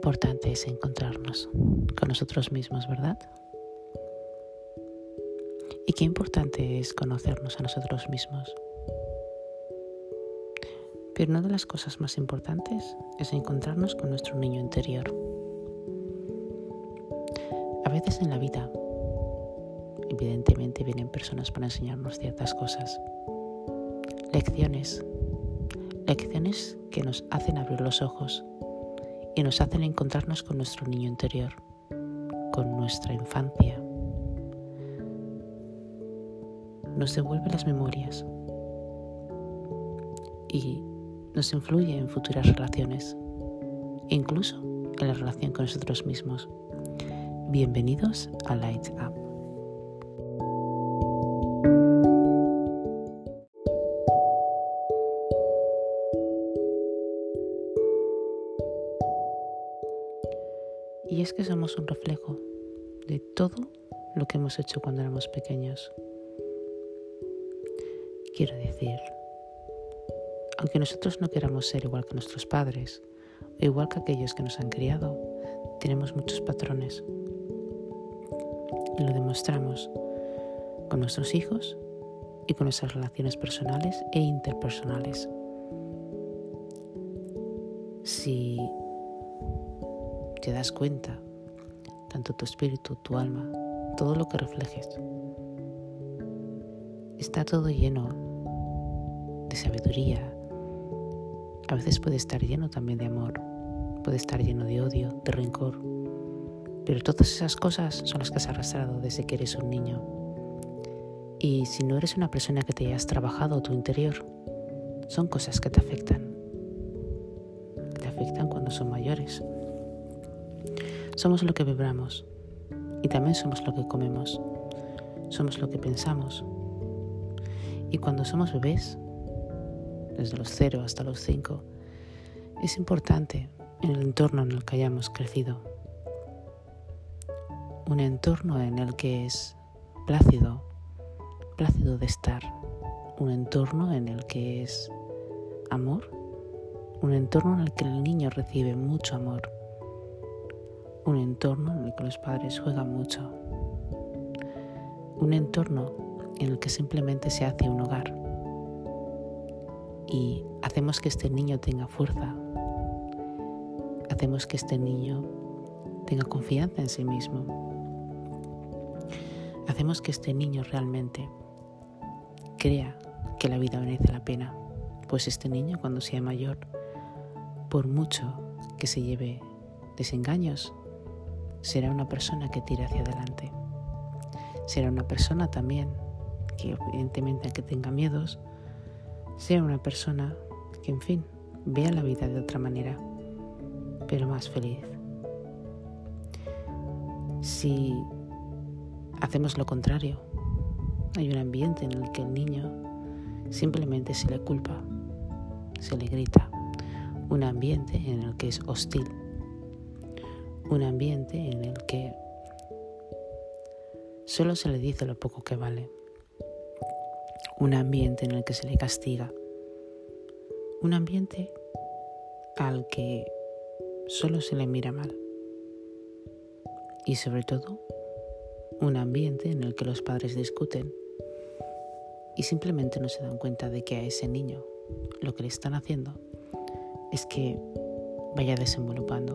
importante es encontrarnos con nosotros mismos, ¿verdad? Y qué importante es conocernos a nosotros mismos. Pero una de las cosas más importantes es encontrarnos con nuestro niño interior. A veces en la vida, evidentemente, vienen personas para enseñarnos ciertas cosas. Lecciones que nos hacen abrir los ojos y nos hacen encontrarnos con nuestro niño interior, con nuestra infancia. Nos devuelve las memorias y nos influye en futuras relaciones, incluso en la relación con nosotros mismos. Bienvenidos a Light Up. Y es que somos un reflejo de todo lo que hemos hecho cuando éramos pequeños. Quiero decir, aunque nosotros no queramos ser igual que nuestros padres, o igual que aquellos que nos han criado, tenemos muchos patrones. Y lo demostramos con nuestros hijos y con nuestras relaciones personales e interpersonales. Si te das cuenta, tanto tu espíritu, tu alma, todo lo que reflejes, está todo lleno de sabiduría. A veces puede estar lleno también de amor, puede estar lleno de odio, de rencor, pero todas esas cosas son las que has arrastrado desde que eres un niño. Y si no eres una persona que te hayas trabajado tu interior, son cosas que te afectan cuando son mayores. Somos lo que vibramos y también somos lo que comemos, somos lo que pensamos. Y cuando somos bebés, desde los 0 hasta los 5, es importante en el entorno en el que hayamos crecido. Un entorno en el que es plácido de estar. Un entorno en el que es amor. Un entorno en el que el niño recibe mucho amor. Un entorno en el que los padres juegan mucho. Un entorno en el que simplemente se hace un hogar. Y hacemos que este niño tenga fuerza. Hacemos que este niño tenga confianza en sí mismo. Hacemos que este niño realmente crea que la vida merece la pena. Pues este niño, cuando sea mayor, por mucho que se lleve desengaños, será una persona que tire hacia adelante. Será una persona también que, evidentemente, aunque tenga miedos, sea una persona que, en fin, vea la vida de otra manera, pero más feliz. Si hacemos lo contrario, hay un ambiente en el que el niño simplemente se le culpa, se le grita, un ambiente en el que es hostil, un ambiente en el que solo se le dice lo poco que vale, un ambiente en el que se le castiga, un ambiente al que solo se le mira mal y, sobre todo, un ambiente en el que los padres discuten y simplemente no se dan cuenta de que a ese niño lo que le están haciendo es que vaya desenvolupando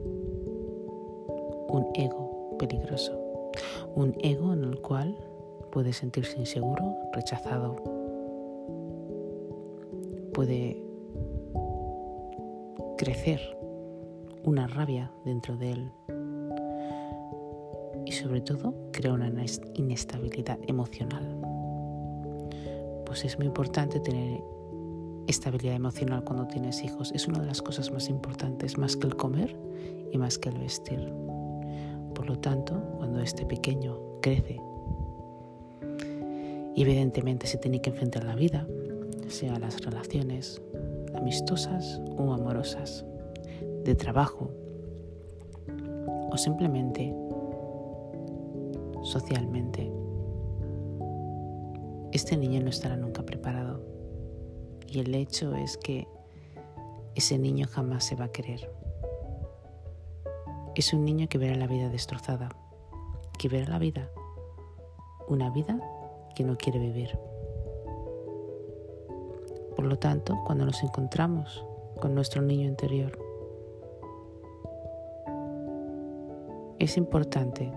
un ego peligroso, un ego en el cual puede sentirse inseguro, rechazado, puede crecer una rabia dentro de él y, sobre todo, crea una inestabilidad emocional. Pues es muy importante tener estabilidad emocional cuando tienes hijos. Es una de las cosas más importantes, más que el comer y más que el vestir. Por lo tanto, cuando este pequeño crece y evidentemente se tiene que enfrentar a la vida, sea las relaciones amistosas o amorosas, de trabajo o simplemente socialmente, este niño no estará nunca preparado. Y el hecho es que ese niño jamás se va a querer. es un niño que verá la vida destrozada, que verá la vida, una vida que no quiere vivir. Por lo tanto, cuando nos encontramos con nuestro niño interior, es importante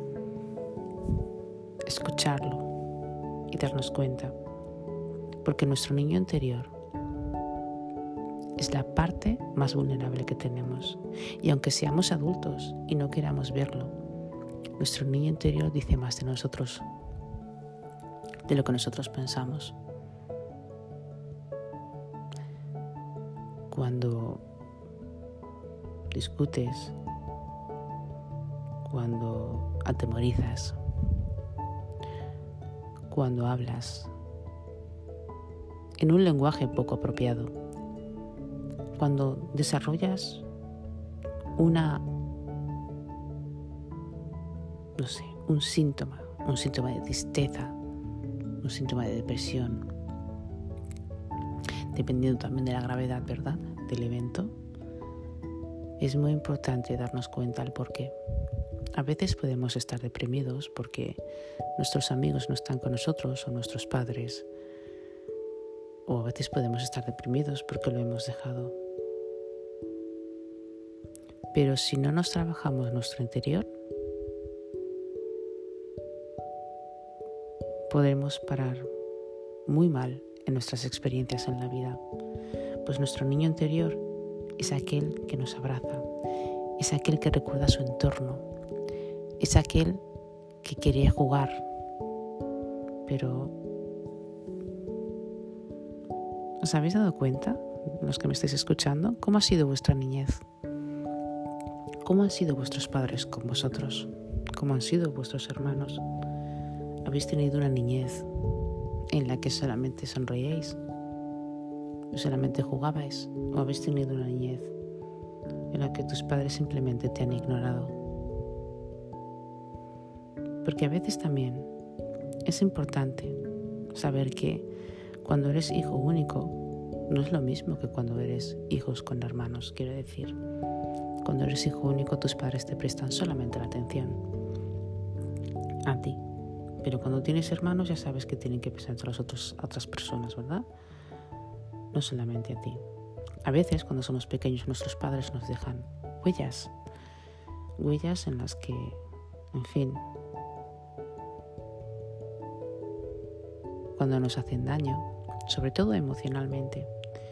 escucharlo y darnos cuenta, porque nuestro niño interior es la parte más vulnerable que tenemos. Y aunque seamos adultos y no queramos verlo, nuestro niño interior dice más de nosotros, de lo que nosotros pensamos. Cuando discutes, cuando atemorizas, cuando hablas en un lenguaje poco apropiado, cuando desarrollas un síntoma de tristeza, un síntoma de depresión, dependiendo también de la gravedad, ¿verdad?, del evento, es muy importante darnos cuenta del porqué. A veces podemos estar deprimidos porque nuestros amigos no están con nosotros o nuestros padres, o a veces podemos estar deprimidos porque lo hemos dejado. Pero si no nos trabajamos nuestro interior, podremos parar muy mal en nuestras experiencias en la vida, pues nuestro niño interior es aquel que nos abraza, es aquel que recuerda su entorno, es aquel que quería jugar, pero ¿os habéis dado cuenta, los que me estáis escuchando, cómo ha sido vuestra niñez? ¿Cómo han sido vuestros padres con vosotros? ¿Cómo han sido vuestros hermanos? ¿Habéis tenido una niñez en la que solamente sonreíais? ¿O solamente jugabais? ¿O habéis tenido una niñez en la que tus padres simplemente te han ignorado? Porque a veces también es importante saber que cuando eres hijo único no es lo mismo que cuando eres hijos con hermanos. Quiero decir, cuando eres hijo único tus padres te prestan solamente la atención a ti. Pero cuando tienes hermanos ya sabes que tienen que prestar a otras personas, ¿verdad? No solamente a ti. A veces cuando somos pequeños nuestros padres nos dejan huellas en las que, en fin, cuando nos hacen daño, sobre todo emocionalmente,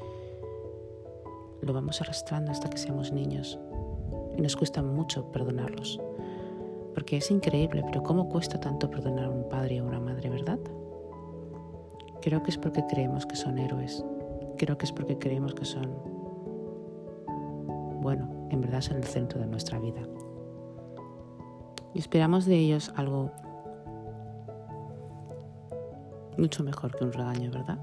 lo vamos arrastrando hasta que seamos niños y nos cuesta mucho perdonarlos. Porque es increíble, pero ¿cómo cuesta tanto perdonar a un padre o a una madre, verdad? Creo que es porque creemos que son héroes. Creo que es porque creemos que son, bueno, en verdad son el centro de nuestra vida. Y esperamos de ellos algo mucho mejor que un regaño, ¿verdad?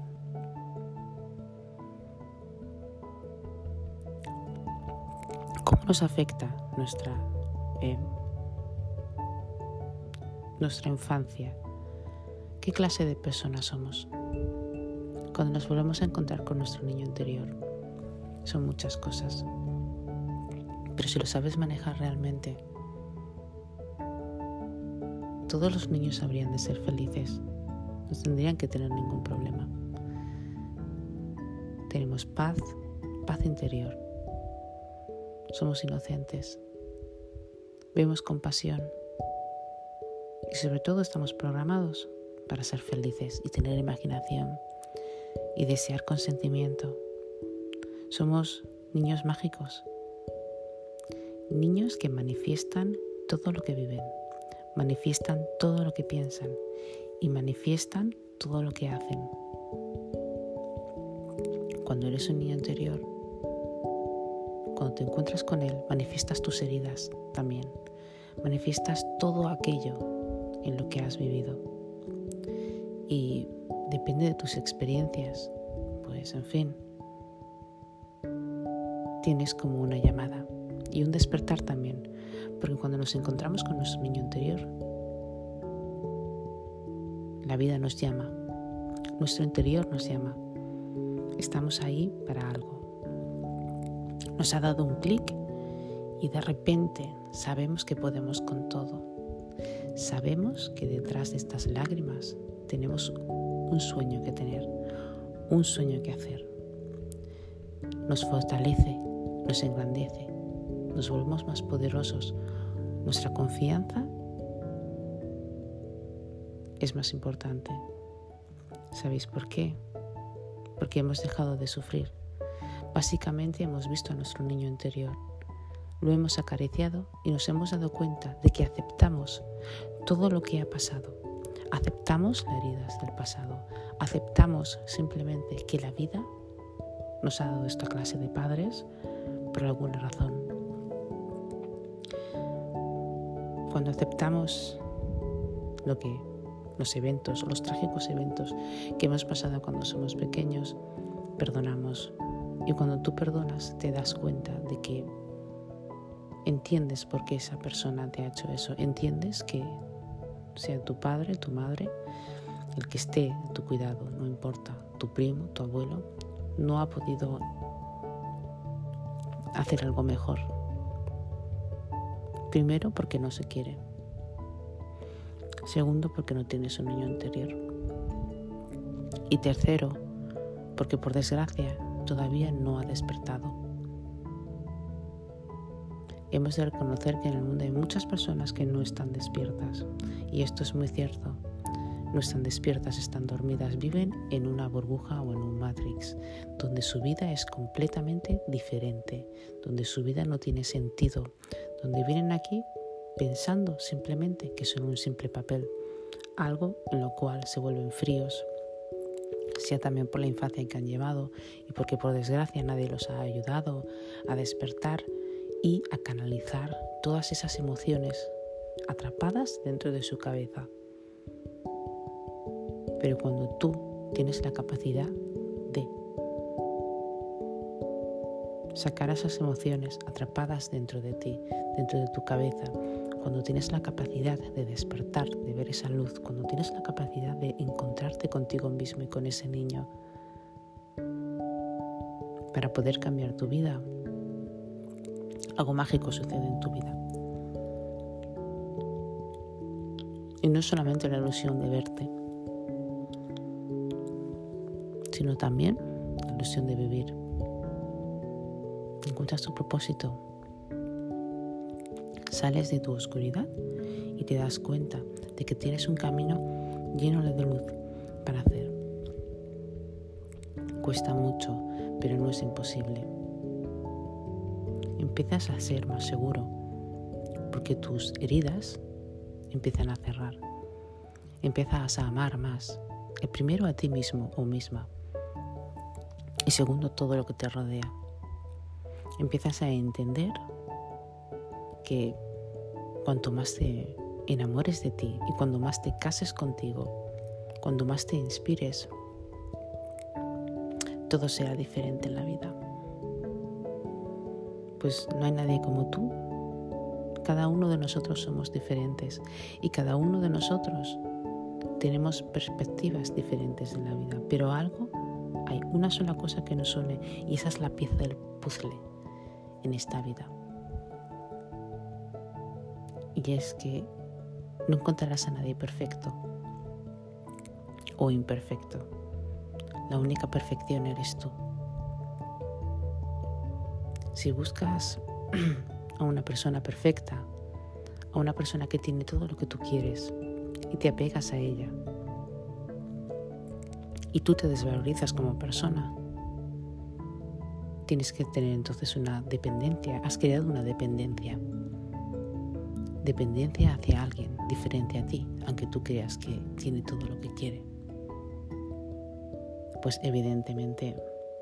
¿Cómo nos afecta nuestra infancia? ¿Qué clase de personas somos? Cuando nos volvemos a encontrar con nuestro niño interior, son muchas cosas. Pero si lo sabes manejar realmente, todos los niños habrían de ser felices. No tendrían que tener ningún problema. Tenemos paz interior. Somos inocentes. Vemos compasión. Y sobre todo estamos programados para ser felices y tener imaginación y desear consentimiento. Somos niños mágicos. Niños que manifiestan todo lo que viven, manifiestan todo lo que piensan y manifiestan todo lo que hacen. Cuando eres un niño interior, cuando te encuentras con él, manifiestas tus heridas también. Manifiestas todo aquello en lo que has vivido. Y depende de tus experiencias, pues en fin, tienes como una llamada y un despertar también. Porque cuando nos encontramos con nuestro niño interior, la vida nos llama, nuestro interior nos llama. Estamos ahí para algo. Nos ha dado un clic y de repente Sabemos que podemos con todo. Sabemos que detrás de estas lágrimas tenemos un sueño que tener, un sueño que hacer. Nos fortalece, nos engrandece, nos volvemos más poderosos. Nuestra confianza es más importante. ¿Sabéis por qué? Porque hemos dejado de sufrir. Básicamente hemos visto a nuestro niño interior. Lo hemos acariciado y nos hemos dado cuenta de que aceptamos todo lo que ha pasado. Aceptamos las heridas del pasado. Aceptamos simplemente que la vida nos ha dado esta clase de padres por alguna razón. Cuando aceptamos los eventos, los trágicos eventos que hemos pasado cuando somos pequeños, perdonamos. Y cuando tú perdonas, te das cuenta de que entiendes por qué esa persona te ha hecho eso. Entiendes que sea tu padre, tu madre, el que esté a tu cuidado, no importa, tu primo, tu abuelo, no ha podido hacer algo mejor. Primero, porque no se quiere. Segundo, porque no tienes un niño interior. Y tercero, porque por desgracia todavía no ha despertado. Hemos de reconocer que en el mundo hay muchas personas que no están despiertas. Y esto es muy cierto. No están despiertas, están dormidas. Viven en una burbuja o en un Matrix, donde su vida es completamente diferente, donde su vida no tiene sentido, donde vienen aquí pensando simplemente que son un simple papel, algo en lo cual se vuelven fríos, sea también por la infancia que han llevado y porque por desgracia nadie los ha ayudado a despertar y a canalizar todas esas emociones atrapadas dentro de su cabeza. Pero cuando tú tienes la capacidad de sacar esas emociones atrapadas dentro de ti, dentro de tu cabeza, cuando tienes la capacidad de despertar, de ver esa luz, cuando tienes la capacidad de encontrarte contigo mismo y con ese niño, para poder cambiar tu vida, algo mágico sucede en tu vida. Y no es solamente la ilusión de verte, sino también la ilusión de vivir. Encuentras tu propósito, sales de tu oscuridad y te das cuenta de que tienes un camino lleno de luz para hacer. Cuesta mucho, pero no es imposible. Empiezas a ser más seguro porque tus heridas empiezan a cerrar. Empiezas a amar más, el primero a ti mismo o misma y segundo todo lo que te rodea. Empiezas a entender que cuanto más te enamores de ti y cuando más te cases contigo, cuando más te inspires, todo será diferente en la vida. Pues no hay nadie como tú. Cada uno de nosotros somos diferentes y cada uno de nosotros tenemos perspectivas diferentes en la vida, pero hay una sola cosa que nos une y esa es la pieza del puzzle en esta vida. Y es que no encontrarás a nadie perfecto o imperfecto. La única perfección eres tú. Si buscas a una persona perfecta, a una persona que tiene todo lo que tú quieres y te apegas a ella y tú te desvalorizas como persona, tienes que tener entonces una dependencia. Has creado una dependencia hacia alguien diferente a ti, aunque tú creas que tiene todo lo que quiere. Pues evidentemente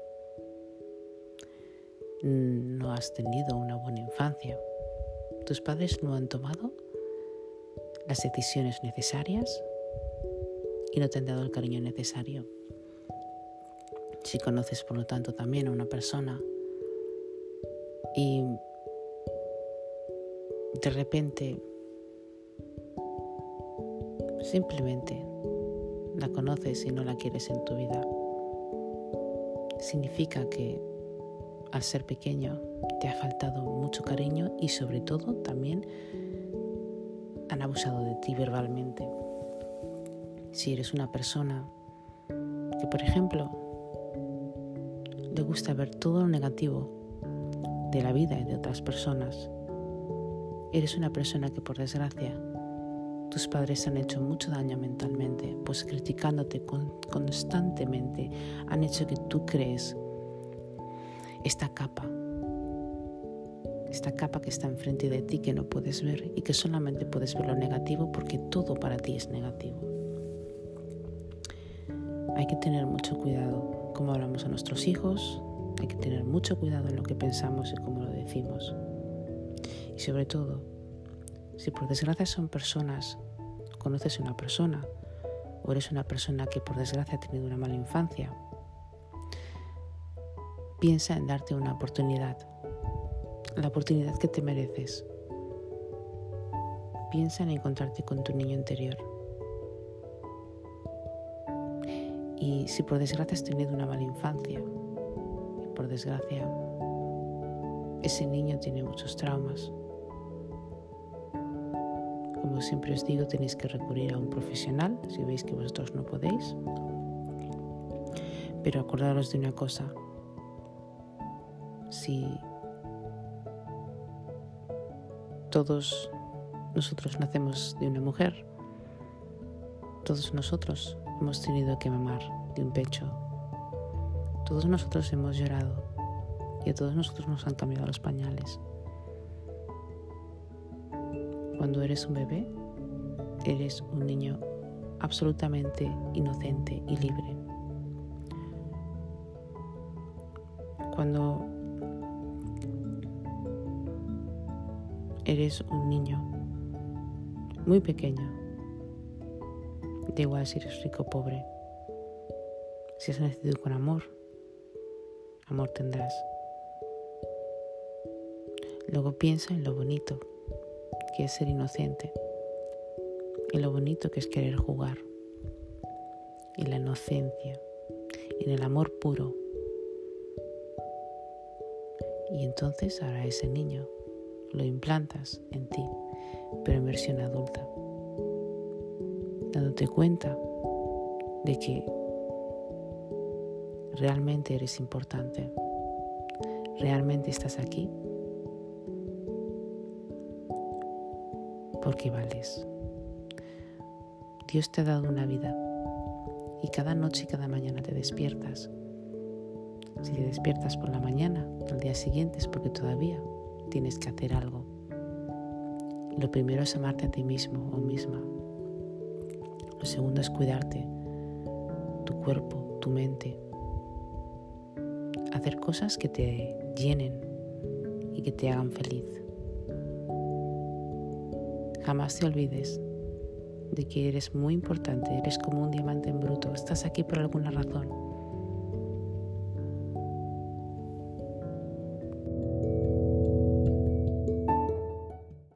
no has tenido una buena infancia. Tus padres no han tomado las decisiones necesarias y no te han dado el cariño necesario. Si conoces, por lo tanto, también a una persona y de repente simplemente la conoces y no la quieres en tu vida, significa que al ser pequeño te ha faltado mucho cariño y sobre todo también han abusado de ti verbalmente. Si eres una persona que, por ejemplo, le gusta ver todo lo negativo de la vida y de otras personas, eres una persona que, por desgracia, tus padres han hecho mucho daño mentalmente, pues criticándote constantemente han hecho que tú crees esta capa que está enfrente de ti que no puedes ver y que solamente puedes ver lo negativo porque todo para ti es negativo. Hay que tener mucho cuidado cómo hablamos a nuestros hijos, hay que tener mucho cuidado en lo que pensamos y cómo lo decimos. Y sobre todo, si por desgracia son personas, conoces a una persona o eres una persona que por desgracia ha tenido una mala infancia, piensa en darte una oportunidad, la oportunidad que te mereces. Piensa en encontrarte con tu niño interior. Y si por desgracia has tenido una mala infancia, y por desgracia ese niño tiene muchos traumas, como siempre os digo, tenéis que recurrir a un profesional si veis que vosotros no podéis. Pero acordaros de una cosa: si todos nosotros nacemos de una mujer, todos nosotros hemos tenido que mamar de un pecho, todos nosotros hemos llorado y a todos nosotros nos han cambiado los pañales. Cuando eres un bebé, eres un niño absolutamente inocente y libre. Cuando eres un niño muy pequeño, da igual si eres rico o pobre, si has nacido con amor, amor tendrás. Luego piensa en lo bonito que es ser inocente, en lo bonito que es querer jugar, en la inocencia, en el amor puro. Y entonces ahora ese niño lo implantas en ti, pero en versión adulta, dándote cuenta de que realmente eres importante, realmente estás aquí porque vales. Dios te ha dado una vida y cada noche y cada mañana te despiertas. Si te despiertas por la mañana, al día siguiente es porque todavía tienes que hacer algo. Lo primero es amarte a ti mismo o misma. Lo segundo es cuidarte, tu cuerpo, tu mente. Hacer cosas que te llenen y que te hagan feliz. Jamás te olvides de que eres muy importante, eres como un diamante en bruto, estás aquí por alguna razón.